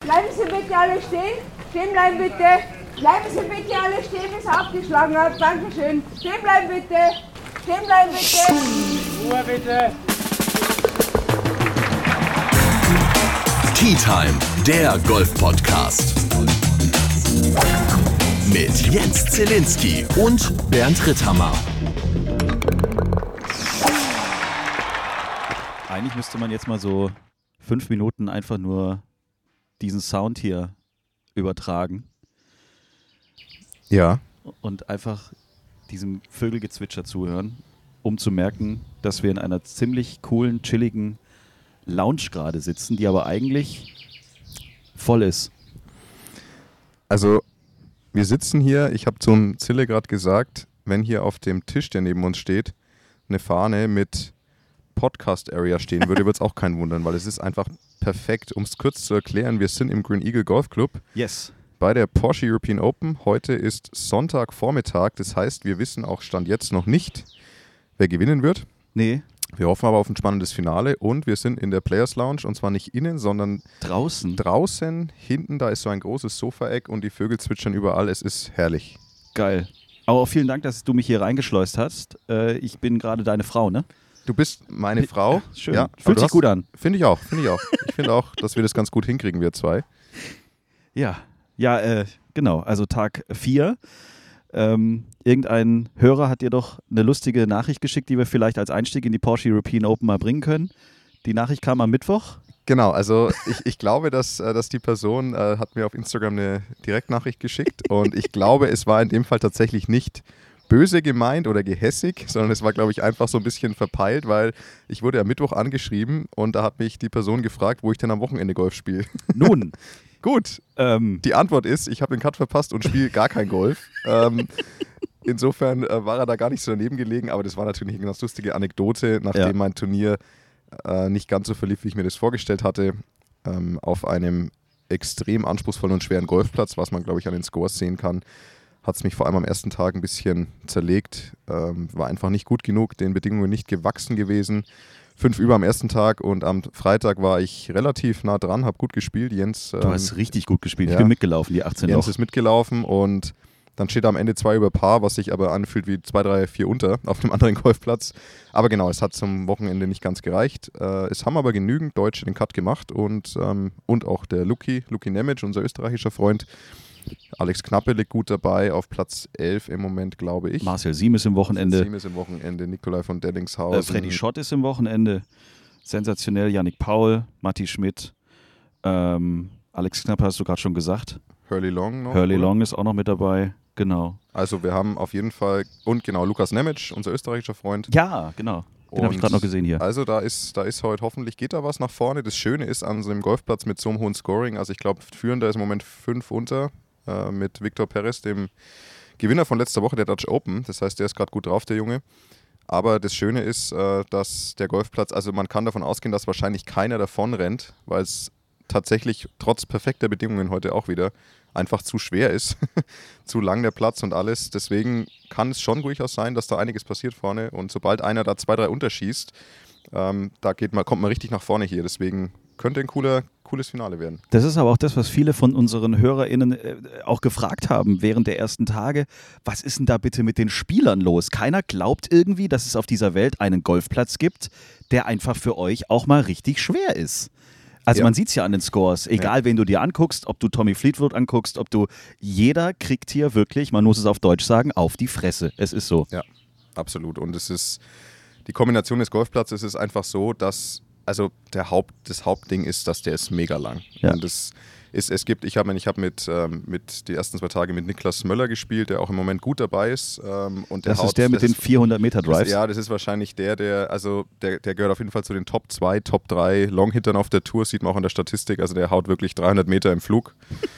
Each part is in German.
Bleiben Sie bitte alle stehen. Stehen bleiben bitte. Bleiben Sie bitte alle stehen, bis er abgeschlagen hat. Dankeschön. Stehen bleiben bitte. Stehen bleiben bitte. Ruhe bitte. Tea Time, der Golf-Podcast. Mit Jens Zielinski und Bernd Ritthammer. Eigentlich müsste man jetzt mal so 5 Minuten einfach nur diesen Sound hier übertragen. Ja. Und einfach diesem Vögelgezwitscher zuhören, um zu merken, dass wir in einer ziemlich coolen, chilligen Lounge gerade sitzen, die aber eigentlich voll ist. Also, wir sitzen hier, ich habe zum Zille gerade gesagt, wenn hier auf dem Tisch, der neben uns steht, eine Fahne mit Podcast Area stehen würde, würde es auch keinen wundern, weil es ist einfach perfekt. Um es kurz zu erklären, wir sind im Green Eagle Golf Club bei der Porsche European Open. Heute ist Sonntagvormittag, das heißt, wir wissen auch Stand jetzt noch nicht, wer gewinnen wird. Nee. Wir hoffen aber auf ein spannendes Finale und wir sind in der Players Lounge und zwar nicht innen, sondern draußen. Draußen, hinten, da ist so ein großes Sofaeck und die Vögel zwitschern überall. Es ist herrlich. Geil. Aber auch vielen Dank, dass du mich hier reingeschleust hast. Ich bin gerade deine Frau, ne? Du bist meine Frau. Schön. Ja, fühlt sich gut an. Finde ich auch. Ich finde auch, dass wir das ganz gut hinkriegen, wir zwei. Ja, genau. Also Tag 4. Irgendein Hörer hat dir doch eine lustige Nachricht geschickt, die wir vielleicht als Einstieg in die Porsche European Open mal bringen können. Die Nachricht kam am Mittwoch. Genau, also ich glaube, dass die Person hat mir auf Instagram eine Direktnachricht geschickt und ich glaube, es war in dem Fall tatsächlich nicht böse gemeint oder gehässig, sondern es war, glaube ich, einfach so ein bisschen verpeilt, weil ich wurde am Mittwoch angeschrieben und da hat mich die Person gefragt, wo ich denn am Wochenende Golf spiele. Nun. Gut, die Antwort ist, ich habe den Cut verpasst und spiele gar kein Golf. Insofern war er da gar nicht so daneben gelegen, aber das war natürlich eine ganz lustige Anekdote, nachdem mein Turnier nicht ganz so verlief, wie ich mir das vorgestellt hatte, auf einem extrem anspruchsvollen und schweren Golfplatz, was man, glaube ich, an den Scores sehen kann, hat es mich vor allem am ersten Tag ein bisschen zerlegt, war einfach nicht gut genug, den Bedingungen nicht gewachsen gewesen. 5 über am ersten Tag und am Freitag war ich relativ nah dran, habe gut gespielt. Jens, du hast richtig gut gespielt, ja, ich bin mitgelaufen, die 18 Jens Loch. ist mitgelaufen und dann steht er am Ende 2 über Par, was sich aber anfühlt wie 2, 3, 4 unter auf einem anderen Golfplatz. Aber genau, es hat zum Wochenende nicht ganz gereicht. Es haben aber genügend Deutsche den Cut gemacht und auch der Luki Nemec, unser österreichischer Freund. Alex Knappe liegt gut dabei, auf Platz 11 im Moment, glaube ich. Marcel Siem ist im Wochenende. Nikolai von Dellingshausen. Freddy Schott ist im Wochenende. Sensationell, Yannick Paul, Matti Schmidt. Alex Knappe hast du gerade schon gesagt. Hurley Long noch. Hurley Long ist auch noch mit dabei, genau. Also wir haben auf jeden Fall, und genau, Lukas Nemec, unser österreichischer Freund. Ja, genau. Den habe ich gerade noch gesehen hier. Also da ist heute, hoffentlich geht da was nach vorne. Das Schöne ist an so einem Golfplatz mit so einem hohen Scoring, also ich glaube, führender ist im Moment 5 unter mit Victor Perez, dem Gewinner von letzter Woche der Dutch Open. Das heißt, der ist gerade gut drauf, der Junge. Aber das Schöne ist, dass der Golfplatz, also man kann davon ausgehen, dass wahrscheinlich keiner davon rennt, weil es tatsächlich trotz perfekter Bedingungen heute auch wieder einfach zu schwer ist, zu lang der Platz und alles. Deswegen kann es schon durchaus sein, dass da einiges passiert vorne und sobald einer da 2, 3 unterschießt, kommt man richtig nach vorne hier. Deswegen könnte ein cooles Finale werden. Das ist aber auch das, was viele von unseren HörerInnen auch gefragt haben während der ersten Tage. Was ist denn da bitte mit den Spielern los? Keiner glaubt irgendwie, dass es auf dieser Welt einen Golfplatz gibt, der einfach für euch auch mal richtig schwer ist. Also man sieht es ja an den Scores, egal wen du dir anguckst, ob du Tommy Fleetwood anguckst, jeder kriegt hier wirklich, man muss es auf Deutsch sagen, auf die Fresse. Es ist so. Ja, absolut. Und die Kombination des Golfplatzes ist einfach so, dass, also das Hauptding ist, dass der ist mega lang. Ja. Und ich habe mit die ersten 2 Tage mit Niklas Möller gespielt, der auch im Moment gut dabei ist. Und das ist der mit den 400-Meter-Drives? Ja, das ist wahrscheinlich der gehört auf jeden Fall zu den Top 2, Top 3 Longhittern auf der Tour, sieht man auch in der Statistik. Also der haut wirklich 300 Meter im Flug.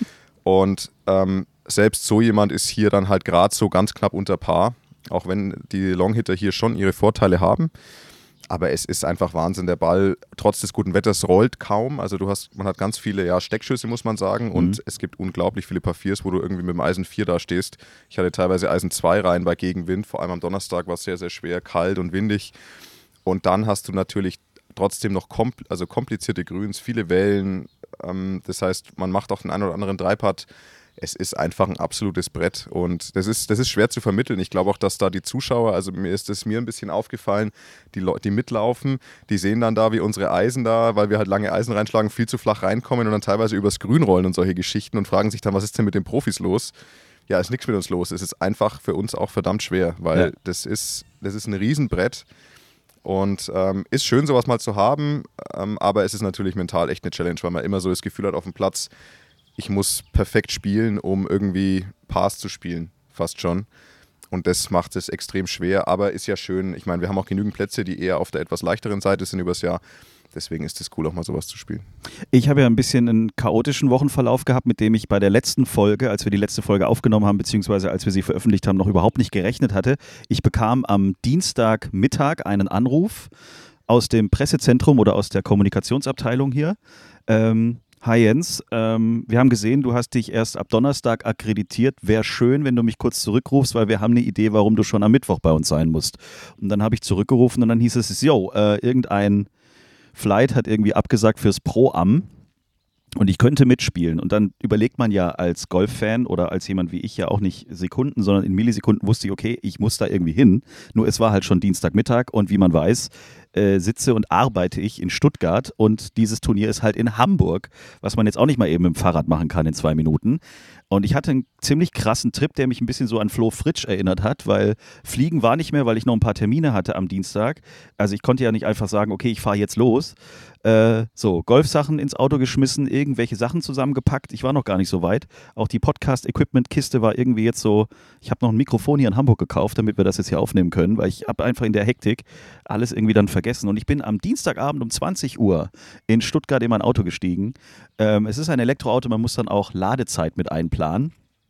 Und selbst so jemand ist hier dann halt gerade so ganz knapp unter Par, auch wenn die Longhitter hier schon ihre Vorteile haben. Aber es ist einfach Wahnsinn. Der Ball, trotz des guten Wetters, rollt kaum. Also man hat ganz viele Steckschüsse, muss man sagen. Und es gibt unglaublich viele Par 4s, wo du irgendwie mit dem Eisen 4 da stehst. Ich hatte teilweise Eisen 2 rein bei Gegenwind. Vor allem am Donnerstag war es sehr, sehr schwer, kalt und windig. Und dann hast du natürlich trotzdem noch komplizierte Grüns, viele Wellen, Das heißt, man macht auch den einen oder anderen Dreipad. Es ist einfach ein absolutes Brett und das ist schwer zu vermitteln. Ich glaube auch, dass da die Zuschauer, also mir ein bisschen aufgefallen, die mitlaufen, die sehen dann da, wie unsere Eisen da, weil wir halt lange Eisen reinschlagen, viel zu flach reinkommen und dann teilweise übers Grün rollen und solche Geschichten und fragen sich dann, was ist denn mit den Profis los? Ja, ist nichts mit uns los. Es ist einfach für uns auch verdammt schwer, weil das ist ein Riesenbrett. Und ist schön, sowas mal zu haben, aber es ist natürlich mental echt eine Challenge, weil man immer so das Gefühl hat auf dem Platz, ich muss perfekt spielen, um irgendwie Pass zu spielen, fast schon. Und das macht es extrem schwer, aber ist ja schön. Ich meine, wir haben auch genügend Plätze, die eher auf der etwas leichteren Seite sind übers Jahr. Deswegen ist es cool, auch mal sowas zu spielen. Ich habe ja ein bisschen einen chaotischen Wochenverlauf gehabt, mit dem ich bei der letzten Folge, als wir die letzte Folge aufgenommen haben, beziehungsweise als wir sie veröffentlicht haben, noch überhaupt nicht gerechnet hatte. Ich bekam am Dienstagmittag einen Anruf aus dem Pressezentrum oder aus der Kommunikationsabteilung hier. Hi Jens, wir haben gesehen, du hast dich erst ab Donnerstag akkreditiert. Wäre schön, wenn du mich kurz zurückrufst, weil wir haben eine Idee, warum du schon am Mittwoch bei uns sein musst. Und dann habe ich zurückgerufen und dann hieß es, irgendein Flight hat irgendwie abgesagt fürs Pro-Am und ich könnte mitspielen. Und dann überlegt man ja als Golf-Fan oder als jemand wie ich ja auch nicht Sekunden, sondern in Millisekunden wusste ich, okay, ich muss da irgendwie hin. Nur es war halt schon Dienstagmittag und wie man weiß, sitze und arbeite ich in Stuttgart und dieses Turnier ist halt in Hamburg, was man jetzt auch nicht mal eben mit dem Fahrrad machen kann in 2 Minuten. Und ich hatte einen ziemlich krassen Trip, der mich ein bisschen so an Flo Fritsch erinnert hat, weil Fliegen war nicht mehr, weil ich noch ein paar Termine hatte am Dienstag. Also ich konnte ja nicht einfach sagen, okay, ich fahre jetzt los. Golfsachen ins Auto geschmissen, irgendwelche Sachen zusammengepackt. Ich war noch gar nicht so weit. Auch die Podcast-Equipment-Kiste war irgendwie jetzt so, ich habe noch ein Mikrofon hier in Hamburg gekauft, damit wir das jetzt hier aufnehmen können, weil ich habe einfach in der Hektik alles irgendwie dann vergessen. Und ich bin am Dienstagabend um 20 Uhr in Stuttgart in mein Auto gestiegen. Es ist ein Elektroauto, man muss dann auch Ladezeit mit einplanen.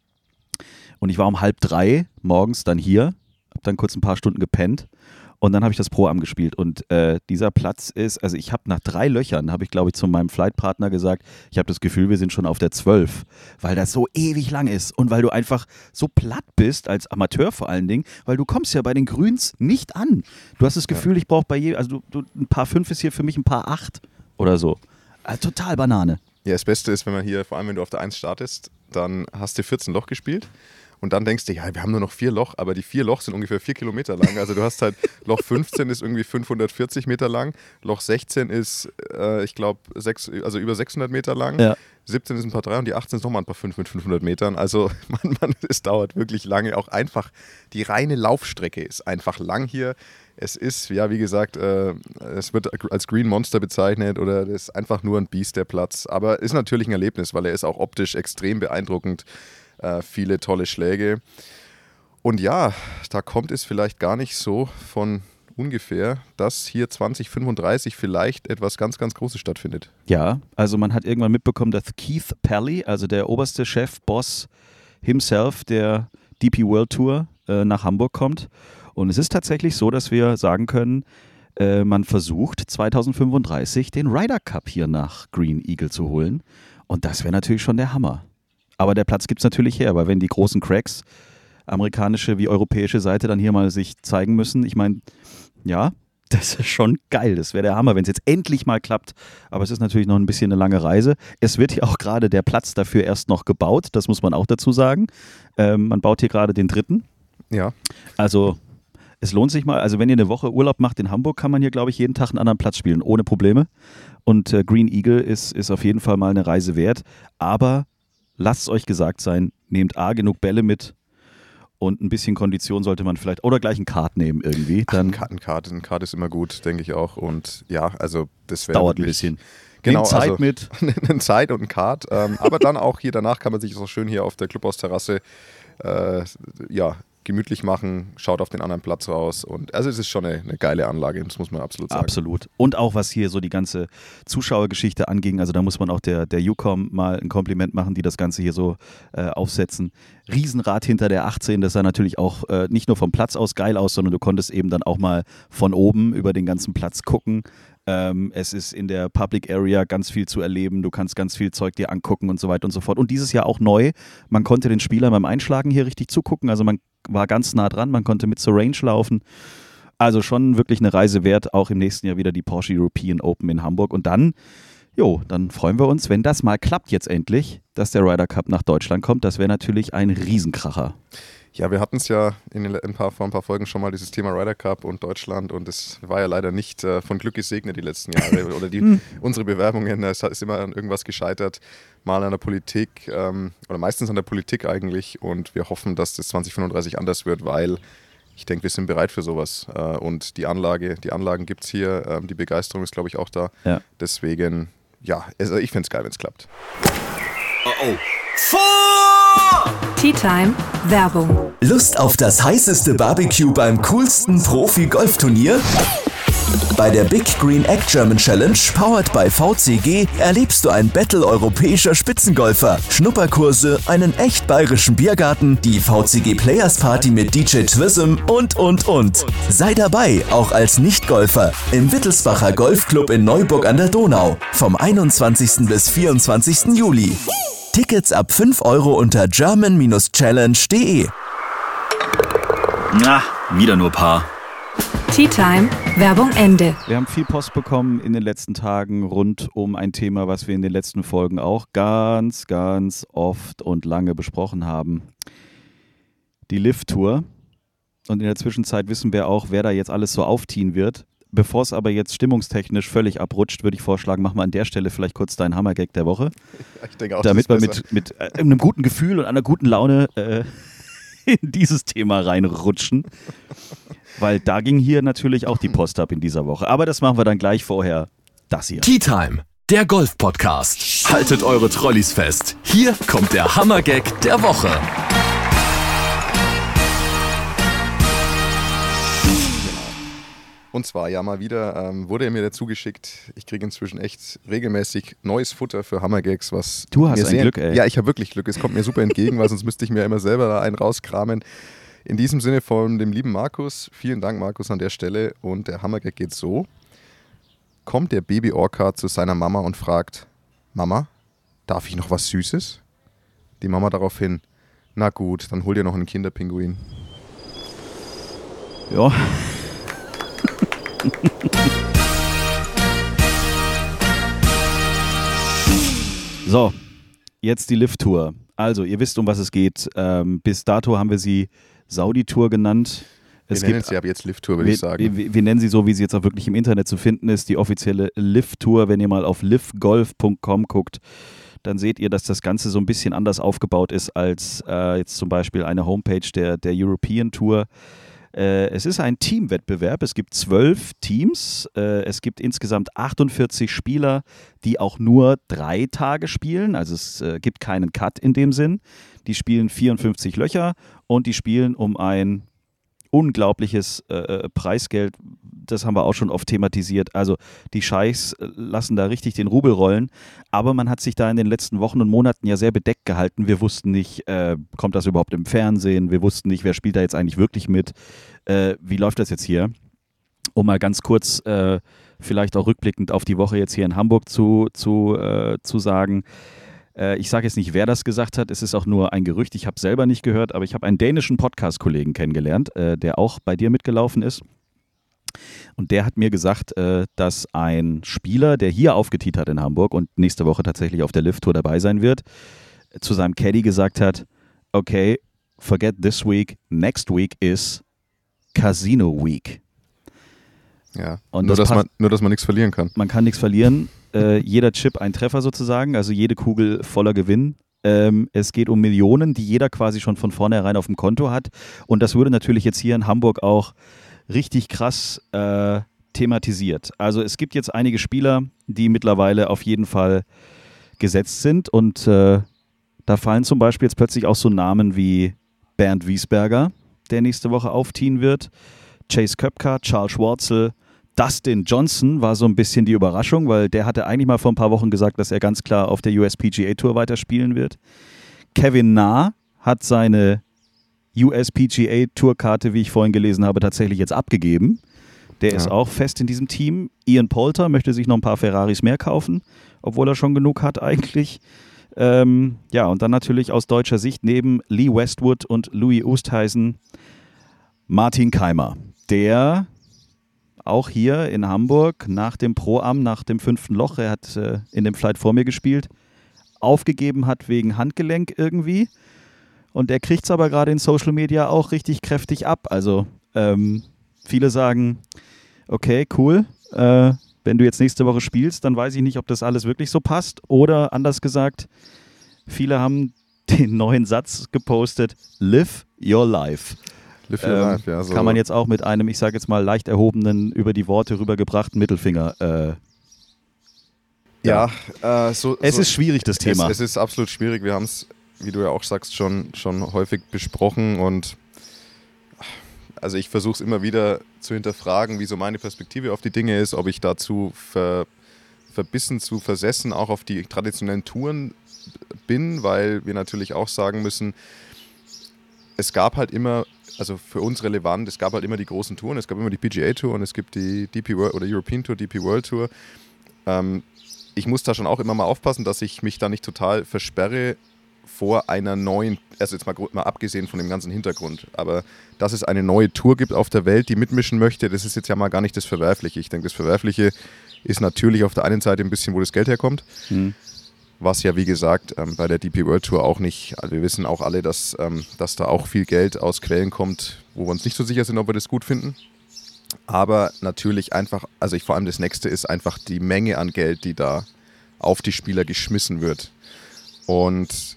Und ich war um 2:30 morgens dann hier, habe dann kurz ein paar Stunden gepennt. Und dann habe ich das Pro-Am gespielt und dieser Platz ist, also ich habe nach 3 Löchern, habe ich glaube ich zu meinem Flightpartner gesagt, ich habe das Gefühl, wir sind schon auf der 12, weil das so ewig lang ist und weil du einfach so platt bist, als Amateur vor allen Dingen, weil du kommst ja bei den Grüns nicht an. Du hast das Gefühl, ich brauche bei jedem, also ein Paar 5 ist hier für mich ein Paar 8 oder so. Also total Banane. Ja, das Beste ist, wenn man hier, vor allem wenn du auf der 1 startest, dann hast du 14 Loch gespielt. Und dann denkst du, ja, wir haben nur noch 4 Loch, aber die 4 Loch sind ungefähr 4 Kilometer lang. Also du hast halt, Loch 15 ist irgendwie 540 Meter lang, Loch 16 ist, ich glaube, über 600 Meter lang, ja. 17 ist ein paar 3 und die 18 ist nochmal ein paar 5 mit 500 Metern. Also es dauert wirklich lange. Auch einfach, die reine Laufstrecke ist einfach lang hier. Es ist, ja, wie gesagt, es wird als Green Monster bezeichnet oder das ist einfach nur ein Biest, der Platz. Aber ist natürlich ein Erlebnis, weil er ist auch optisch extrem beeindruckend. Viele tolle Schläge. Und ja, da kommt es vielleicht gar nicht so von ungefähr, dass hier 2035 vielleicht etwas ganz, ganz Großes stattfindet. Ja, also man hat irgendwann mitbekommen, dass Keith Pally, also der oberste Chef, Boss himself der DP World Tour nach Hamburg kommt. Und es ist tatsächlich so, dass wir sagen können, man versucht 2035 den Ryder Cup hier nach Green Eagle zu holen. Und das wäre natürlich schon der Hammer. Aber der Platz gibt es natürlich her, weil wenn die großen Cracks, amerikanische wie europäische Seite, dann hier mal sich zeigen müssen, ich meine, ja, das ist schon geil. Das wäre der Hammer, wenn es jetzt endlich mal klappt. Aber es ist natürlich noch ein bisschen eine lange Reise. Es wird hier auch gerade der Platz dafür erst noch gebaut, das muss man auch dazu sagen. Man baut hier gerade den 3. Ja. Also es lohnt sich mal, also wenn ihr eine Woche Urlaub macht in Hamburg, kann man hier, glaube ich, jeden Tag einen anderen Platz spielen, ohne Probleme. Und Green Eagle ist auf jeden Fall mal eine Reise wert. Aber lasst es euch gesagt sein, nehmt genug Bälle mit und ein bisschen Kondition sollte man vielleicht, oder gleich ein Kart nehmen irgendwie. Dann ein Kart ist immer gut, denke ich auch. Und ja, also das wäre dauert ein bisschen. Genau, nehmt Zeit mit. Eine Zeit und ein Kart. Aber dann auch hier danach kann man sich so schön hier auf der Clubhausterrasse gemütlich machen, schaut auf den anderen Platz raus und also es ist schon eine geile Anlage, das muss man absolut sagen. Absolut. Und auch was hier so die ganze Zuschauergeschichte anging, also da muss man auch der UCOM mal ein Kompliment machen, die das Ganze hier so aufsetzen. Riesenrad hinter der 18, das sah natürlich auch nicht nur vom Platz aus geil aus, sondern du konntest eben dann auch mal von oben über den ganzen Platz gucken. Es ist in der Public Area ganz viel zu erleben, du kannst ganz viel Zeug dir angucken und so weiter und so fort. Und dieses Jahr auch neu, man konnte den Spielern beim Einschlagen hier richtig zugucken, also man war ganz nah dran, man konnte mit zur Range laufen. Also schon wirklich eine Reise wert, auch im nächsten Jahr wieder die Porsche European Open in Hamburg. Und dann Jo, dann freuen wir uns, wenn das mal klappt jetzt endlich, dass der Ryder Cup nach Deutschland kommt. Das wäre natürlich ein Riesenkracher. Ja, wir hatten es ja vor ein paar Folgen schon mal, dieses Thema Ryder Cup und Deutschland, und es war ja leider nicht von Glück gesegnet die letzten Jahre. Oder unsere Bewerbungen, es ist immer an irgendwas gescheitert, mal an der Politik oder meistens an der Politik eigentlich, und wir hoffen, dass das 2035 anders wird, weil ich denke, wir sind bereit für sowas und die Anlagen gibt es hier, die Begeisterung ist, glaube ich, auch da. Ja. Deswegen, ja, also ich finde es geil, wenn es klappt. Oh. Tea Time Werbung. Lust auf das heißeste Barbecue beim coolsten Profi-Golfturnier? Bei der Big Green Egg German Challenge, powered by VCG, erlebst du ein Battle europäischer Spitzengolfer, Schnupperkurse, einen echt bayerischen Biergarten, die VCG Players Party mit DJ Twism und. Sei dabei, auch als Nicht-Golfer, im Wittelsbacher Golfclub in Neuburg an der Donau, vom 21. bis 24. Juli. Tickets ab 5 € unter german-challenge.de. Na, wieder nur Paar. Tea Time Werbung Ende. Wir haben viel Post bekommen in den letzten Tagen rund um ein Thema, was wir in den letzten Folgen auch ganz, ganz oft und lange besprochen haben. Die Lift-Tour. Und in der Zwischenzeit wissen wir auch, wer da jetzt alles so aufziehen wird. Bevor es aber jetzt stimmungstechnisch völlig abrutscht, würde ich vorschlagen, mach mal an der Stelle vielleicht kurz deinen Hammergag der Woche. Ja, ich denke auch, damit wir das ist mit einem guten Gefühl und einer guten Laune in dieses Thema reinrutschen. Weil da ging hier natürlich auch die Post ab in dieser Woche. Aber das machen wir dann gleich vorher. Das hier. Tea Time, der Golf-Podcast. Haltet eure Trolleys fest. Hier kommt der Hammergag der Woche. Und zwar ja mal wieder wurde er mir dazu geschickt. Ich kriege inzwischen echt regelmäßig neues Futter für Hammergags, was Du hast mir ein Glück, ey. Ja, ich habe wirklich Glück. Es kommt mir super entgegen, weil sonst müsste ich mir immer selber da einen rauskramen. In diesem Sinne von dem lieben Markus. Vielen Dank, Markus, an der Stelle. Und der Hammergag geht so. Kommt der Baby-Orca zu seiner Mama und fragt, Mama, darf ich noch was Süßes? Die Mama daraufhin, na gut, dann hol dir noch einen Kinderpinguin. Ja. So, jetzt die Lift-Tour. Also, ihr wisst, um was es geht. Bis dato haben wir sie Saudi-Tour genannt. Wir nennen sie ab jetzt Lift-Tour, würde ich sagen. Wir nennen sie so, wie sie jetzt auch wirklich im Internet zu finden ist. Die offizielle Lift-Tour. Wenn ihr mal auf livgolf.com guckt, dann seht ihr, dass das Ganze so ein bisschen anders aufgebaut ist als jetzt zum Beispiel eine Homepage der European Tour. Es ist ein Teamwettbewerb. Es gibt 12 Teams. Es gibt insgesamt 48 Spieler, die auch nur 3 Tage spielen. Also es gibt keinen Cut in dem Sinn. Die spielen 54 Löcher und die spielen um ein unglaubliches Preisgeld. Das haben wir auch schon oft thematisiert. Also die Scheichs lassen da richtig den Rubel rollen. Aber man hat sich da in den letzten Wochen und Monaten ja sehr bedeckt gehalten. Wir wussten nicht, kommt das überhaupt im Fernsehen? Wir wussten nicht, wer spielt da jetzt eigentlich wirklich mit? Wie läuft das jetzt hier? Um mal ganz kurz vielleicht auch rückblickend auf die Woche jetzt hier in Hamburg zu sagen. Ich sage jetzt nicht, wer das gesagt hat, es ist auch nur ein Gerücht, ich habe es selber nicht gehört, aber ich habe einen dänischen Podcast-Kollegen kennengelernt, der auch bei dir mitgelaufen ist. Und der hat mir gesagt, dass ein Spieler, der hier aufgetiet hat in Hamburg und nächste Woche tatsächlich auf der Lift-Tour dabei sein wird, zu seinem Caddy gesagt hat, okay, forget this week, next week is Casino Week. Ja, Und nur dass man nichts verlieren kann. Man kann nichts verlieren. Jeder Chip ein Treffer sozusagen, also jede Kugel voller Gewinn. Es geht um Millionen, die jeder quasi schon von vornherein auf dem Konto hat. Und das würde natürlich jetzt hier in Hamburg auch richtig krass thematisiert. Also es gibt jetzt einige Spieler, die mittlerweile auf jeden Fall gesetzt sind. Und da fallen zum Beispiel jetzt plötzlich auch so Namen wie Bernd Wiesberger, der nächste Woche aufziehen wird. Chase Koepka, Charles Schwartzel, Dustin Johnson war so ein bisschen die Überraschung, weil der hatte eigentlich mal vor ein paar Wochen gesagt, dass er ganz klar auf der USPGA Tour weiterspielen wird. Kevin Na hat seine USPGA Tourkarte, wie ich vorhin gelesen habe, tatsächlich jetzt abgegeben. Der ist auch fest in diesem Team. Ian Poulter möchte sich noch ein paar Ferraris mehr kaufen, obwohl er schon genug hat eigentlich. Ja, und dann natürlich aus deutscher Sicht neben Lee Westwood und Louis Oosthuizen Martin Keimer, der auch hier in Hamburg nach dem Pro-Am, nach dem 5. Loch, er hat in dem Flight vor mir gespielt, aufgegeben hat wegen Handgelenk irgendwie. Und er kriegt es aber gerade in Social Media auch richtig kräftig ab. Also viele sagen, okay, cool, wenn du jetzt nächste Woche spielst, dann weiß ich nicht, ob das alles wirklich so passt. Oder anders gesagt, viele haben den neuen Satz gepostet, live your life. Live your life, ja. So. Kann man jetzt auch mit einem, ich sage jetzt mal, leicht erhobenen, über die Worte rübergebrachten Mittelfinger. Es ist schwierig, das Thema. Es ist absolut schwierig. Wir haben es, wie du ja auch sagst, schon häufig besprochen und also ich versuche es immer wieder zu hinterfragen, wie so meine Perspektive auf die Dinge ist, ob ich dazu verbissen, zu versessen auch auf die traditionellen Touren bin, weil wir natürlich auch sagen müssen, es gab halt immer, also für uns relevant, es gab halt immer die großen Touren, es gab immer die PGA Tour und es gibt die DP World oder European Tour, DP World Tour. Ich muss da schon auch immer mal aufpassen, dass ich mich da nicht total versperre vor einer neuen, also jetzt mal abgesehen von dem ganzen Hintergrund, aber dass es eine neue Tour gibt auf der Welt, die mitmischen möchte, das ist jetzt ja mal gar nicht das Verwerfliche. Ich denke, das Verwerfliche ist natürlich auf der einen Seite ein bisschen, wo das Geld herkommt, was ja wie gesagt bei der DP World Tour auch nicht, also wir wissen auch alle, dass da auch viel Geld aus Quellen kommt, wo wir uns nicht so sicher sind, ob wir das gut finden. Aber natürlich einfach, also vor allem das Nächste ist einfach die Menge an Geld, die da auf die Spieler geschmissen wird. Und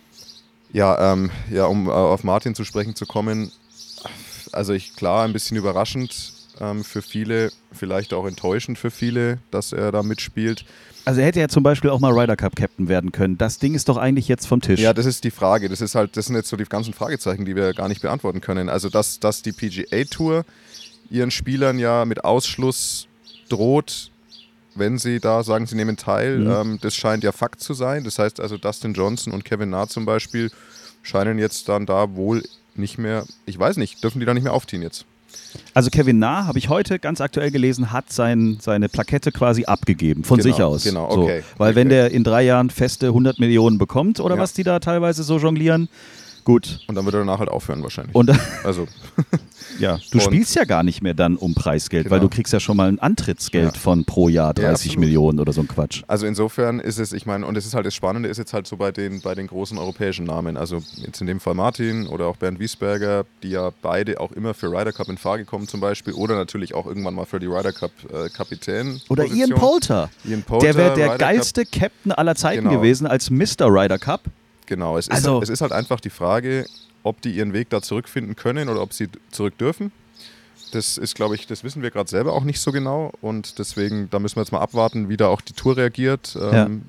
um auf Martin zu sprechen zu kommen, also klar, ein bisschen überraschend für viele, vielleicht auch enttäuschend für viele, dass er da mitspielt. Also er hätte ja zum Beispiel auch mal Ryder Cup Captain werden können. Das Ding ist doch eigentlich jetzt vom Tisch. Ja, das ist die Frage. Das sind jetzt so die ganzen Fragezeichen, die wir gar nicht beantworten können. Also dass die PGA Tour ihren Spielern ja mit Ausschluss droht, wenn sie da sagen, sie nehmen teil. Das scheint ja Fakt zu sein. Das heißt also, Dustin Johnson und Kevin Na zum Beispiel scheinen jetzt dann da wohl nicht mehr, ich weiß nicht, dürfen die da nicht mehr aufziehen jetzt? Also Kevin Na, habe ich heute ganz aktuell gelesen, hat seine Plakette quasi abgegeben, von sich aus. Genau, okay. So, weil wenn der in 3 Jahren feste 100 Millionen bekommt oder was die da teilweise so jonglieren, gut. Und dann wird er danach halt aufhören wahrscheinlich. Und also ja, du spielst ja gar nicht mehr dann um Preisgeld, weil du kriegst ja schon mal ein Antrittsgeld von pro Jahr 30 Millionen oder so ein Quatsch. Also insofern ist es, ich meine, und es ist halt das Spannende, ist jetzt halt so bei den großen europäischen Namen, also jetzt in dem Fall Martin oder auch Bernd Wiesberger, die ja beide auch immer für Ryder Cup in Frage kommen zum Beispiel oder natürlich auch irgendwann mal für die Ryder Cup Kapitän. Oder Ian Poulter. Der wäre der geilste Captain aller Zeiten gewesen als Mr. Ryder Cup. Genau, es ist halt einfach die Frage, ob die ihren Weg da zurückfinden können oder ob sie zurück dürfen. Das ist, glaube ich, das wissen wir gerade selber auch nicht so genau und deswegen, da müssen wir jetzt mal abwarten, wie da auch die Tour reagiert.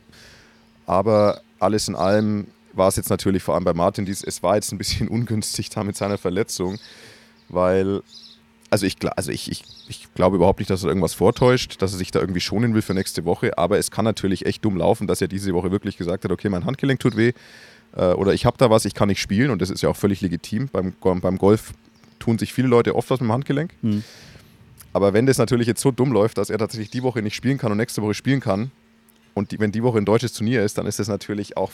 Aber alles in allem war es jetzt natürlich vor allem bei Martin, es war jetzt ein bisschen ungünstig da mit seiner Verletzung, weil, ich glaube überhaupt nicht, dass er irgendwas vortäuscht, dass er sich da irgendwie schonen will für nächste Woche, aber es kann natürlich echt dumm laufen, dass er diese Woche wirklich gesagt hat, okay, mein Handgelenk tut weh oder ich habe da was, ich kann nicht spielen und das ist ja auch völlig legitim. Beim Golf tun sich viele Leute oft was mit dem Handgelenk, aber wenn das natürlich jetzt so dumm läuft, dass er tatsächlich die Woche nicht spielen kann und nächste Woche spielen kann und wenn die Woche ein deutsches Turnier ist, dann ist das natürlich auch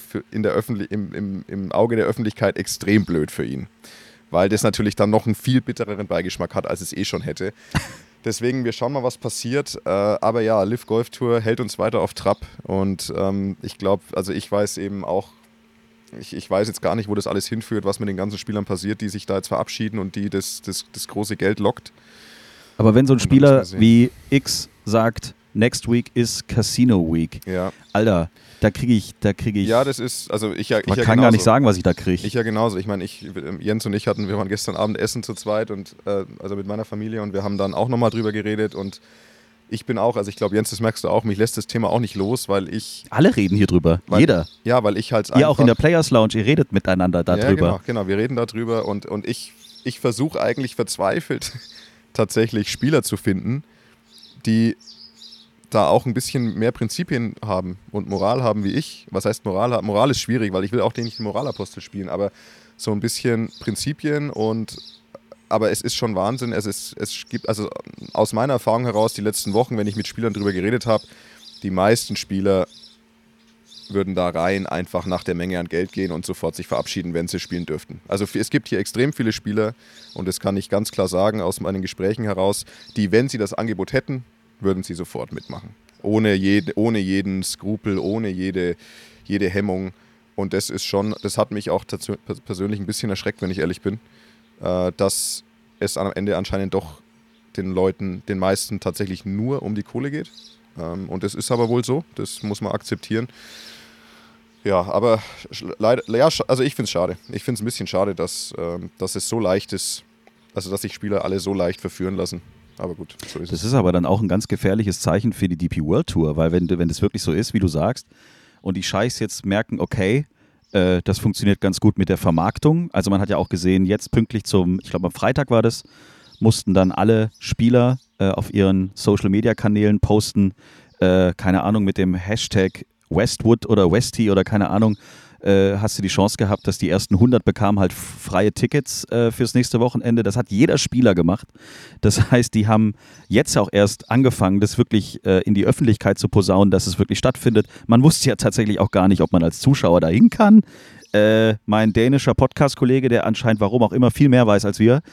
im Auge der Öffentlichkeit extrem blöd für ihn. Weil das natürlich dann noch einen viel bittereren Beigeschmack hat, als es eh schon hätte. Deswegen, wir schauen mal, was passiert. Aber ja, Liv Golf Tour hält uns weiter auf Trab. Und ich glaube, also ich weiß eben auch, ich weiß jetzt gar nicht, wo das alles hinführt, was mit den ganzen Spielern passiert, die sich da jetzt verabschieden und die das große Geld lockt. Aber wenn so ein Spieler wie X sagt, next week is Casino Week, Alter, da kriege ich. Ja, das ist, also man kann gar nicht sagen, was ich da kriege. Ich ja genauso. Ich meine, Jens und ich wir waren gestern Abend essen zu zweit und also mit meiner Familie und wir haben dann auch nochmal drüber geredet und ich bin auch, also ich glaube, Jens, das merkst du auch, mich lässt das Thema auch nicht los, weil ich... Alle reden hier drüber, jeder. Ja, weil ich halt einfach... Ihr auch in der Players Lounge, ihr redet miteinander darüber. Ja, genau, wir reden darüber und ich versuche eigentlich verzweifelt tatsächlich Spieler zu finden, die da auch ein bisschen mehr Prinzipien haben und Moral haben wie ich. Was heißt Moral haben? Moral ist schwierig, weil ich will auch nicht den Moralapostel spielen, aber so ein bisschen Prinzipien aber es ist schon Wahnsinn. Es gibt, also aus meiner Erfahrung heraus, die letzten Wochen, wenn ich mit Spielern darüber geredet habe, die meisten Spieler würden da rein einfach nach der Menge an Geld gehen und sofort sich verabschieden, wenn sie spielen dürften. Also es gibt hier extrem viele Spieler, und das kann ich ganz klar sagen aus meinen Gesprächen heraus, die, wenn sie das Angebot hätten, würden sie sofort mitmachen. Ohne jeden Skrupel, ohne jede Hemmung. Und das hat mich auch persönlich ein bisschen erschreckt, wenn ich ehrlich bin, dass es am Ende anscheinend doch den meisten tatsächlich nur um die Kohle geht. Und das ist aber wohl so, das muss man akzeptieren. Ja, aber leider, also ich finde es schade. Ich finde es ein bisschen schade, dass es so leicht ist, also dass sich Spieler alle so leicht verführen lassen. Aber gut, so ist es. Das ist aber dann auch ein ganz gefährliches Zeichen für die DP World Tour, weil wenn das wirklich so ist, wie du sagst, und die Scheichs jetzt merken, okay, das funktioniert ganz gut mit der Vermarktung. Also man hat ja auch gesehen, jetzt pünktlich ich glaube am Freitag war das, mussten dann alle Spieler auf ihren Social-Media-Kanälen posten, keine Ahnung, mit dem Hashtag Westwood oder Westy oder keine Ahnung, hast du die Chance gehabt, dass die ersten 100 bekamen halt freie Tickets fürs nächste Wochenende. Das hat jeder Spieler gemacht. Das heißt, die haben jetzt auch erst angefangen, das wirklich in die Öffentlichkeit zu posaunen, dass es wirklich stattfindet. Man wusste ja tatsächlich auch gar nicht, ob man als Zuschauer dahin kann. Mein dänischer Podcast-Kollege, der anscheinend warum auch immer viel mehr weiß als wir,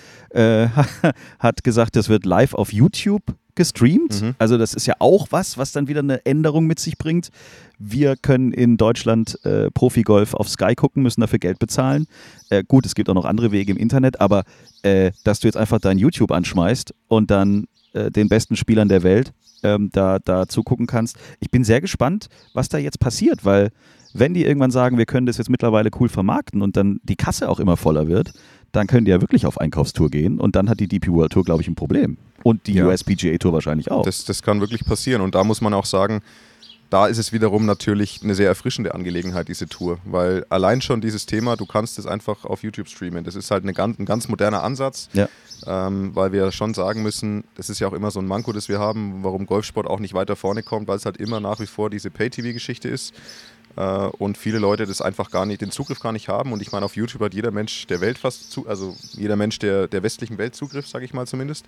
hat gesagt, das wird live auf YouTube gestreamt. Also das ist ja auch was dann wieder eine Änderung mit sich bringt. Wir können in Deutschland Profigolf auf Sky gucken, müssen dafür Geld bezahlen. Gut, es gibt auch noch andere Wege im Internet, aber dass du jetzt einfach dein YouTube anschmeißt und dann den besten Spielern der Welt da zugucken kannst. Ich bin sehr gespannt, was da jetzt passiert, weil wenn die irgendwann sagen, wir können das jetzt mittlerweile cool vermarkten und dann die Kasse auch immer voller wird, dann können die ja wirklich auf Einkaufstour gehen und dann hat die DP World Tour, glaube ich, ein Problem. Und die USPGA Tour wahrscheinlich auch. Das kann wirklich passieren und da muss man auch sagen, da ist es wiederum natürlich eine sehr erfrischende Angelegenheit, diese Tour, weil allein schon dieses Thema, du kannst es einfach auf YouTube streamen. Das ist halt ein ganz moderner Ansatz, weil wir schon sagen müssen, das ist ja auch immer so ein Manko, das wir haben, warum Golfsport auch nicht weiter vorne kommt, weil es halt immer nach wie vor diese Pay-TV-Geschichte ist. Und viele Leute das einfach den Zugriff gar nicht haben. Und ich meine, auf YouTube hat jeder Mensch der Welt also jeder Mensch der westlichen Welt Zugriff, sage ich mal zumindest.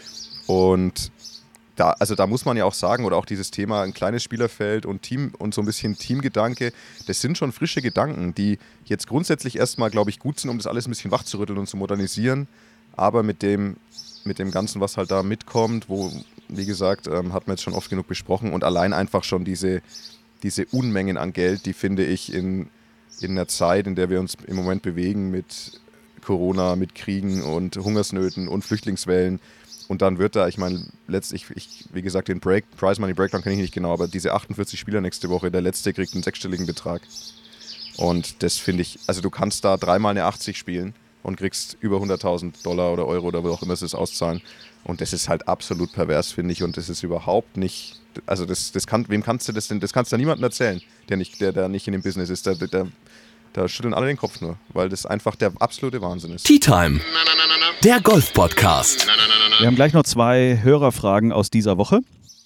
Und da muss man ja auch sagen, oder auch dieses Thema ein kleines Spielerfeld und Team und so ein bisschen Teamgedanke, das sind schon frische Gedanken, die jetzt grundsätzlich erstmal, glaube ich, gut sind, um das alles ein bisschen wachzurütteln und zu modernisieren. Aber mit dem Ganzen, was halt da mitkommt, wo, wie gesagt, hat man jetzt schon oft genug besprochen und allein einfach schon diese Unmengen an Geld, die finde ich in einer Zeit, in der wir uns im Moment bewegen mit Corona, mit Kriegen und Hungersnöten und Flüchtlingswellen. Und dann wird da, ich meine, letztlich, wie gesagt, den Prize Money Breakdown kenne ich nicht genau, aber diese 48 Spieler nächste Woche, der letzte kriegt einen 6-stelligen Betrag. Und das finde ich, also du kannst da dreimal eine 80 spielen und kriegst über $100.000 oder Euro oder wo auch immer sie es auszahlen. Und das ist halt absolut pervers, finde ich. Und das ist überhaupt nicht, also wem kannst du das denn, das kannst du ja niemandem erzählen, der da nicht in dem Business ist. Da schütteln alle den Kopf nur, weil das einfach der absolute Wahnsinn ist. Tea Time, der Golf-Podcast. Wir haben gleich noch 2 Hörerfragen aus dieser Woche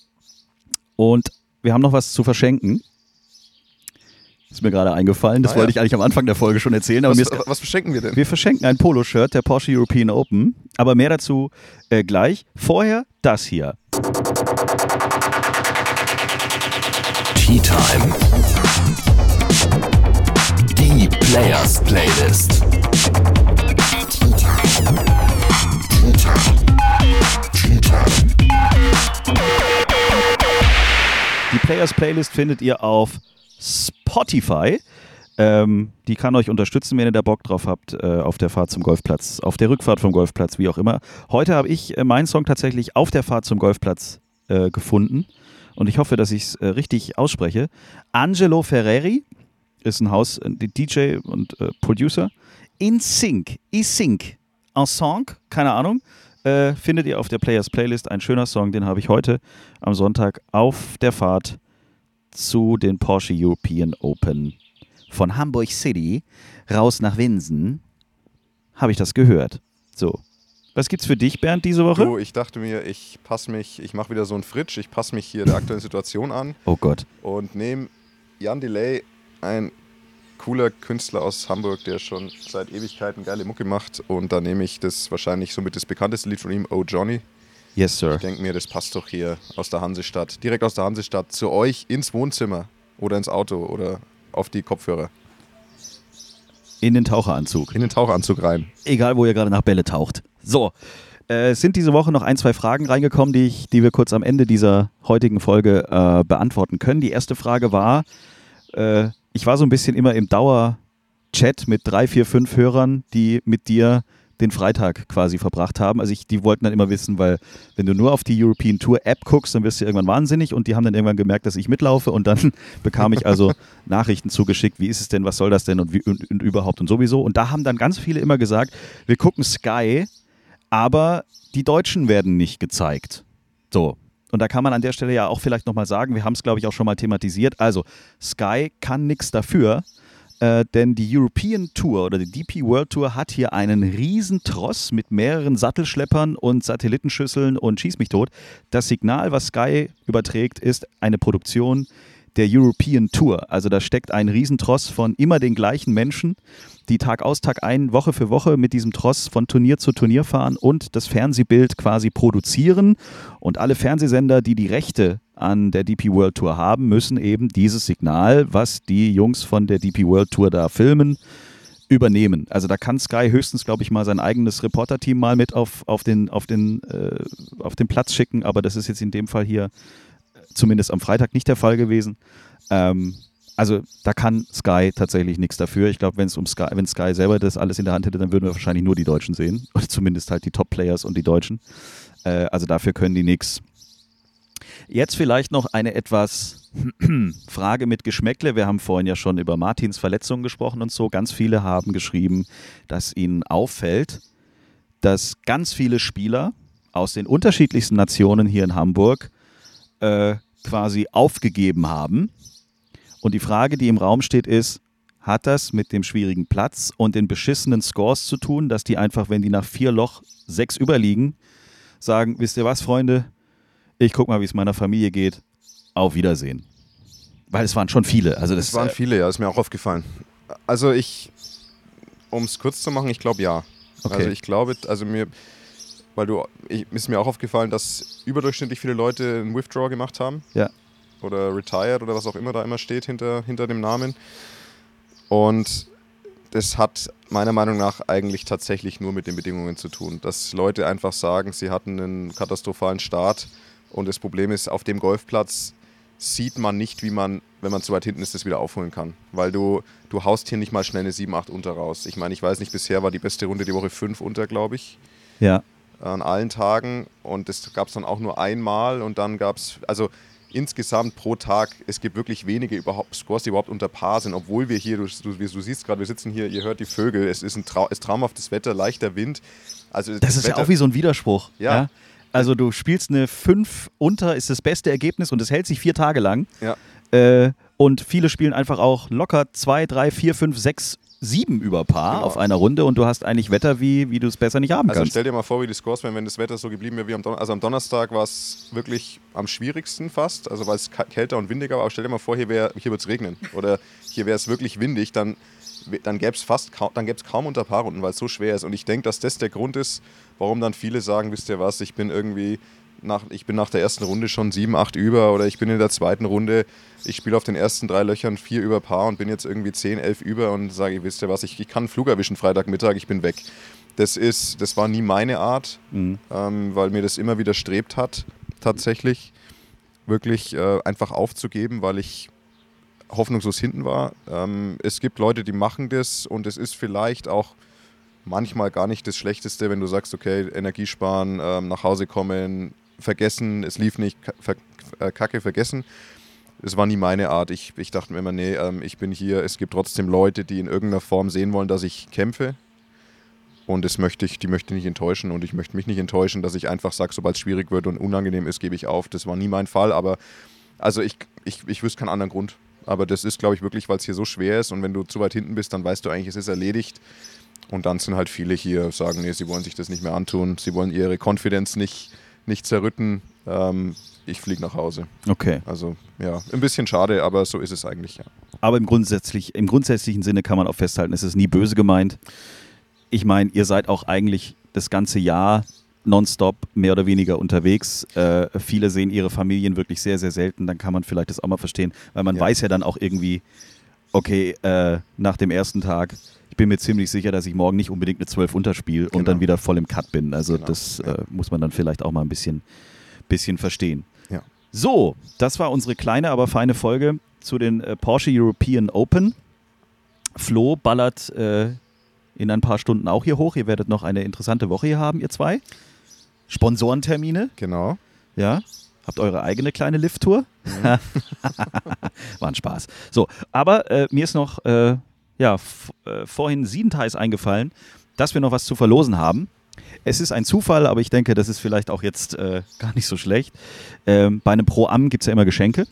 und wir haben noch was zu verschenken. Ist mir gerade eingefallen, das wollte ich eigentlich am Anfang der Folge schon erzählen. Aber was verschenken wir denn? Wir verschenken ein Poloshirt der Porsche European Open, aber mehr dazu gleich. Vorher das hier. Tea Time. Die Players Playlist. Die Players Playlist findet ihr auf Spotify. Die kann euch unterstützen, wenn ihr da Bock drauf habt, auf der Fahrt zum Golfplatz, auf der Rückfahrt vom Golfplatz, wie auch immer. Heute habe ich meinen Song tatsächlich auf der Fahrt zum Golfplatz gefunden und ich hoffe, dass ich es richtig ausspreche. Angelo Ferreri ist ein DJ und Producer. In Sync, ein Song, keine Ahnung, findet ihr auf der Players Playlist. Ein schöner Song, den habe ich heute am Sonntag auf der Fahrt zu den Porsche European Open von Hamburg City raus nach Winsen, habe ich das gehört. So, was gibt's für dich, Bernd, diese Woche? Du, ich dachte mir, ich mache wieder so einen Fritsch, ich passe mich hier der aktuellen Situation an. Oh Gott. Und nehme Jan Delay, ein cooler Künstler aus Hamburg, der schon seit Ewigkeiten geile Mucke macht. Und da nehme ich das wahrscheinlich somit das bekannteste Lied von ihm, Oh Johnny. Yes, Sir. Ich denke mir, das passt doch hier aus der Hansestadt, direkt aus der Hansestadt, zu euch ins Wohnzimmer. oder ins Auto oder auf die Kopfhörer. In den Taucheranzug. In den Taucheranzug rein. Egal, wo ihr gerade nach Bälle taucht. So, es sind diese Woche noch 1, 2 Fragen reingekommen, die wir kurz am Ende dieser heutigen Folge beantworten können. Die erste Frage war, ich war so ein bisschen immer im Dauer-Chat mit 3, 4, 5 Hörern, die mit dir den Freitag quasi verbracht haben. Also die wollten dann immer wissen, weil wenn du nur auf die European Tour App guckst, dann wirst du irgendwann wahnsinnig und die haben dann irgendwann gemerkt, dass ich mitlaufe und dann bekam ich also Nachrichten zugeschickt, wie ist es denn, was soll das denn und überhaupt und sowieso. Und da haben dann ganz viele immer gesagt, wir gucken Sky, aber die Deutschen werden nicht gezeigt. So. Und da kann man an der Stelle ja auch vielleicht nochmal sagen, wir haben es, glaube ich, auch schon mal thematisiert. Also Sky kann nichts dafür, denn die European Tour oder die DP World Tour hat hier einen riesen Tross mit mehreren Sattelschleppern und Satellitenschüsseln und schieß mich tot. Das Signal, was Sky überträgt, ist eine Produktion der European Tour. Also da steckt ein Riesentross von immer den gleichen Menschen, die Tag aus, Tag ein, Woche für Woche mit diesem Tross von Turnier zu Turnier fahren und das Fernsehbild quasi produzieren. Und alle Fernsehsender, die die Rechte an der DP World Tour haben, müssen eben dieses Signal, was die Jungs von der DP World Tour da filmen, übernehmen. Also da kann Sky höchstens, glaube ich, mal sein eigenes Reporterteam mal mit auf den Platz schicken, aber das ist jetzt in dem Fall hier zumindest am Freitag nicht der Fall gewesen. Also da kann Sky tatsächlich nichts dafür. Ich glaube, wenn Sky selber das alles in der Hand hätte, dann würden wir wahrscheinlich nur die Deutschen sehen. Oder zumindest halt die Top-Players und die Deutschen. Also dafür können die nichts. Jetzt vielleicht noch eine etwas Frage mit Geschmäckle. Wir haben vorhin ja schon über Martins Verletzungen gesprochen und so. Ganz viele haben geschrieben, dass ihnen auffällt, dass ganz viele Spieler aus den unterschiedlichsten Nationen hier in Hamburg quasi aufgegeben haben. Und die Frage, die im Raum steht, ist, hat das mit dem schwierigen Platz und den beschissenen Scores zu tun, dass die einfach, wenn die nach 4 Loch 6 überliegen, sagen, wisst ihr was, Freunde, ich guck mal, wie es meiner Familie geht, auf Wiedersehen. Weil es waren schon viele. Also das waren viele, ja, ist mir auch aufgefallen. Also um es kurz zu machen, ich glaube ja. Okay. Also ich glaube, ist mir auch aufgefallen, dass überdurchschnittlich viele Leute einen Withdraw gemacht haben. Ja. Oder retired oder was auch immer da immer steht hinter dem Namen. Und das hat meiner Meinung nach eigentlich tatsächlich nur mit den Bedingungen zu tun. Dass Leute einfach sagen, sie hatten einen katastrophalen Start und das Problem ist, auf dem Golfplatz sieht man nicht, wie man, wenn man zu weit hinten ist, das wieder aufholen kann. Weil du haust hier nicht mal schnell eine 7, 8 unter raus. Ich meine, ich weiß nicht, bisher war die beste Runde die Woche 5 unter, glaube ich. Ja. An allen Tagen und das gab es dann auch nur einmal und dann gab es, also insgesamt pro Tag, es gibt wirklich wenige Scores, die überhaupt unter Paar sind, obwohl wir hier, du siehst gerade, wir sitzen hier, ihr hört die Vögel, es ist traumhaftes Wetter, leichter Wind. Also das ist Wetter, ja auch wie so ein Widerspruch. Ja. Also du spielst eine 5 unter, ist das beste Ergebnis und es hält sich 4 Tage lang. Ja. Und viele spielen einfach auch locker 2, 3, 4, 5, 6, 7 über Paar auf einer Runde und du hast eigentlich Wetter, wie du es besser nicht haben kannst. Also stell dir mal vor, wie die Scores wären, wenn das Wetter so geblieben wäre wie am Donnerstag. Also am Donnerstag war es wirklich am schwierigsten fast, also weil es kälter und windiger war. Aber stell dir mal vor, hier wird es regnen oder hier wäre es wirklich windig, dann gäbe es kaum unter Paarrunden, weil es so schwer ist. Und ich denke, dass das der Grund ist, warum dann viele sagen, wisst ihr was, ich bin nach der ersten Runde schon 7, 8 über oder ich bin in der zweiten Runde, ich spiele auf den ersten 3 Löchern 4 über Paar und bin jetzt irgendwie 10, 11 über und sage, wisst ihr was, ich kann einen Flug erwischen Freitagmittag, ich bin weg. Das war nie meine Art, weil mir das immer widerstrebt hat, tatsächlich wirklich einfach aufzugeben, weil ich hoffnungslos hinten war. Es gibt Leute, die machen das und es ist vielleicht auch manchmal gar nicht das Schlechteste, wenn du sagst, okay, Energie sparen, nach Hause kommen, vergessen, es lief nicht, Kacke vergessen. Das war nie meine Art. Ich dachte mir immer, nee, ich bin hier, es gibt trotzdem Leute, die in irgendeiner Form sehen wollen, dass ich kämpfe. Und die möchte ich nicht enttäuschen und ich möchte mich nicht enttäuschen, dass ich einfach sage, sobald es schwierig wird und unangenehm ist, gebe ich auf. Das war nie mein Fall, aber also ich wüsste keinen anderen Grund. Aber das ist, glaube ich, wirklich, weil es hier so schwer ist und wenn du zu weit hinten bist, dann weißt du eigentlich, es ist erledigt. Und dann sind halt viele hier, sagen, nee, sie wollen sich das nicht mehr antun, sie wollen ihre Confidence nicht zerrütten. Ich fliege nach Hause. Okay. Also ja, ein bisschen schade, aber so ist es eigentlich, ja. Aber im grundsätzlichen Sinne kann man auch festhalten, es ist nie böse gemeint. Ich meine, ihr seid auch eigentlich das ganze Jahr nonstop mehr oder weniger unterwegs. Viele sehen ihre Familien wirklich sehr, sehr selten. Dann kann man vielleicht das auch mal verstehen, weil man weiß ja dann auch irgendwie, okay, nach dem ersten Tag, ich bin mir ziemlich sicher, dass ich morgen nicht unbedingt eine 12 unterspiele und dann wieder voll im Cut bin. Also das muss man dann vielleicht auch mal ein bisschen verstehen. Ja. So, das war unsere kleine, aber feine Folge zu den Porsche European Open. Flo ballert in ein paar Stunden auch hier hoch. Ihr werdet noch eine interessante Woche hier haben, ihr zwei. Sponsorentermine. Genau. Ja. Habt eure eigene kleine Lift-Tour. War ein Spaß. So, aber mir ist noch vorhin siebenteils eingefallen, dass wir noch was zu verlosen haben. Es ist ein Zufall, aber ich denke, das ist vielleicht auch jetzt gar nicht so schlecht. Bei einem Pro-Am gibt es ja immer Geschenke.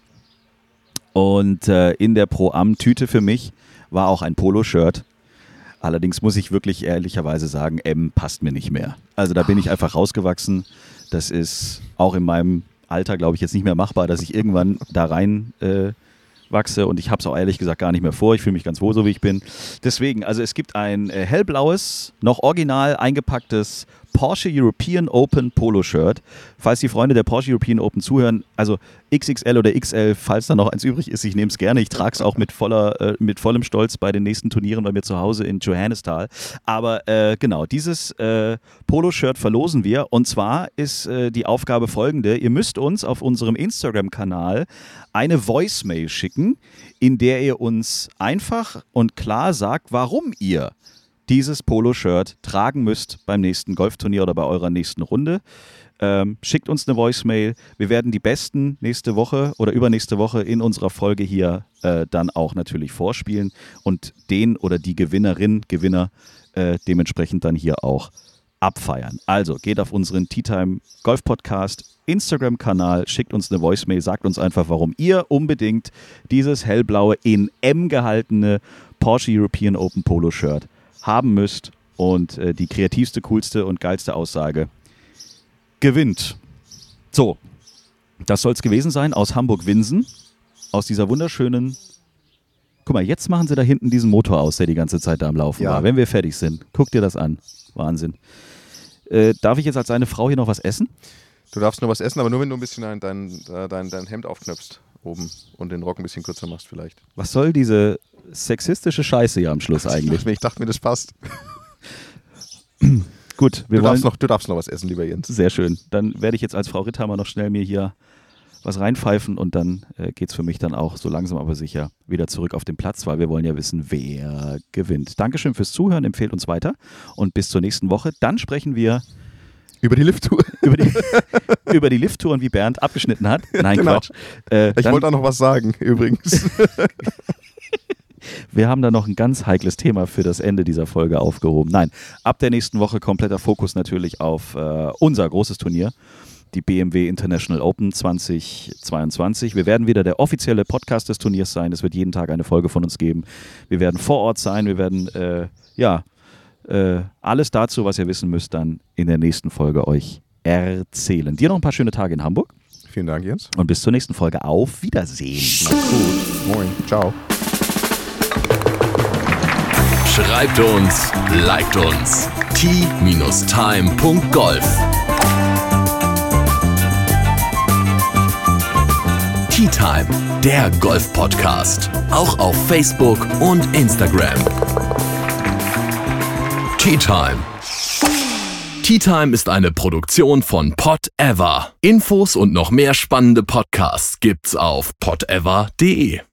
Und in der Pro-Am-Tüte für mich war auch ein Polo-Shirt. Allerdings muss ich wirklich ehrlicherweise sagen, M passt mir nicht mehr. Also da bin ich einfach rausgewachsen. Das ist auch in meinem Alter, glaube ich, jetzt nicht mehr machbar, dass ich irgendwann da rein wachse. Und ich habe es auch ehrlich gesagt gar nicht mehr vor. Ich fühle mich ganz wohl, so wie ich bin. Deswegen, also es gibt ein hellblaues, noch original eingepacktes Porsche European Open Polo-Shirt. Falls die Freunde der Porsche European Open zuhören, also XXL oder XL, falls da noch eins übrig ist, ich nehme es gerne. Ich trage es auch mit vollem Stolz bei den nächsten Turnieren bei mir zu Hause in Johannesthal. Aber genau, dieses Polo-Shirt verlosen wir. Und zwar ist die Aufgabe folgende. Ihr müsst uns auf unserem Instagram-Kanal eine Voicemail schicken, in der ihr uns einfach und klar sagt, warum ihr dieses Polo-Shirt tragen müsst beim nächsten Golfturnier oder bei eurer nächsten Runde. Schickt uns eine Voicemail. Wir werden die Besten nächste Woche oder übernächste Woche in unserer Folge hier dann auch natürlich vorspielen und den oder die Gewinner dementsprechend dann hier auch abfeiern. Also geht auf unseren Tea Time Golf Podcast Instagram-Kanal, schickt uns eine Voicemail, sagt uns einfach, warum ihr unbedingt dieses hellblaue, in M gehaltene Porsche European Open Polo-Shirt haben müsst und die kreativste, coolste und geilste Aussage gewinnt. So, das soll es gewesen sein aus Hamburg-Winsen, aus dieser wunderschönen, guck mal, jetzt machen sie da hinten diesen Motor aus, der die ganze Zeit da am Laufen war, wenn wir fertig sind. Guck dir das an, Wahnsinn. Darf ich jetzt als seine Frau hier noch was essen? Du darfst nur was essen, aber nur wenn du ein bisschen dein Hemd aufknöpfst oben und den Rock ein bisschen kürzer machst vielleicht. Was soll diese sexistische Scheiße hier am Schluss eigentlich? Ich dachte mir, das passt. Gut, du darfst noch was essen, lieber Jens. Sehr schön. Dann werde ich jetzt als Frau Ritthammer noch schnell mir hier was reinpfeifen und dann geht es für mich dann auch so langsam aber sicher wieder zurück auf den Platz, weil wir wollen ja wissen, wer gewinnt. Dankeschön fürs Zuhören, empfehlt uns weiter und bis zur nächsten Woche. Dann sprechen wir über die Lift-Tour. über die Lift-Tour und wie Bernd abgeschnitten hat. Nein, genau. Quatsch. Ich wollte auch noch was sagen, übrigens. Wir haben da noch ein ganz heikles Thema für das Ende dieser Folge aufgehoben. Nein, ab der nächsten Woche kompletter Fokus natürlich auf unser großes Turnier, die BMW International Open 2022. Wir werden wieder der offizielle Podcast des Turniers sein. Es wird jeden Tag eine Folge von uns geben. Wir werden vor Ort sein. Wir werden alles dazu, was ihr wissen müsst, dann in der nächsten Folge euch erzählen. Dir noch ein paar schöne Tage in Hamburg. Vielen Dank, Jens. Und bis zur nächsten Folge. Auf Wiedersehen. Macht's gut. Moin. Ciao. Schreibt uns, liked uns. t-time.golf. Tea Time, der Golf-Podcast. Auch auf Facebook und Instagram. Tea Time. Tea Time ist eine Produktion von Pod Ever. Infos und noch mehr spannende Podcasts gibt's auf podever.de.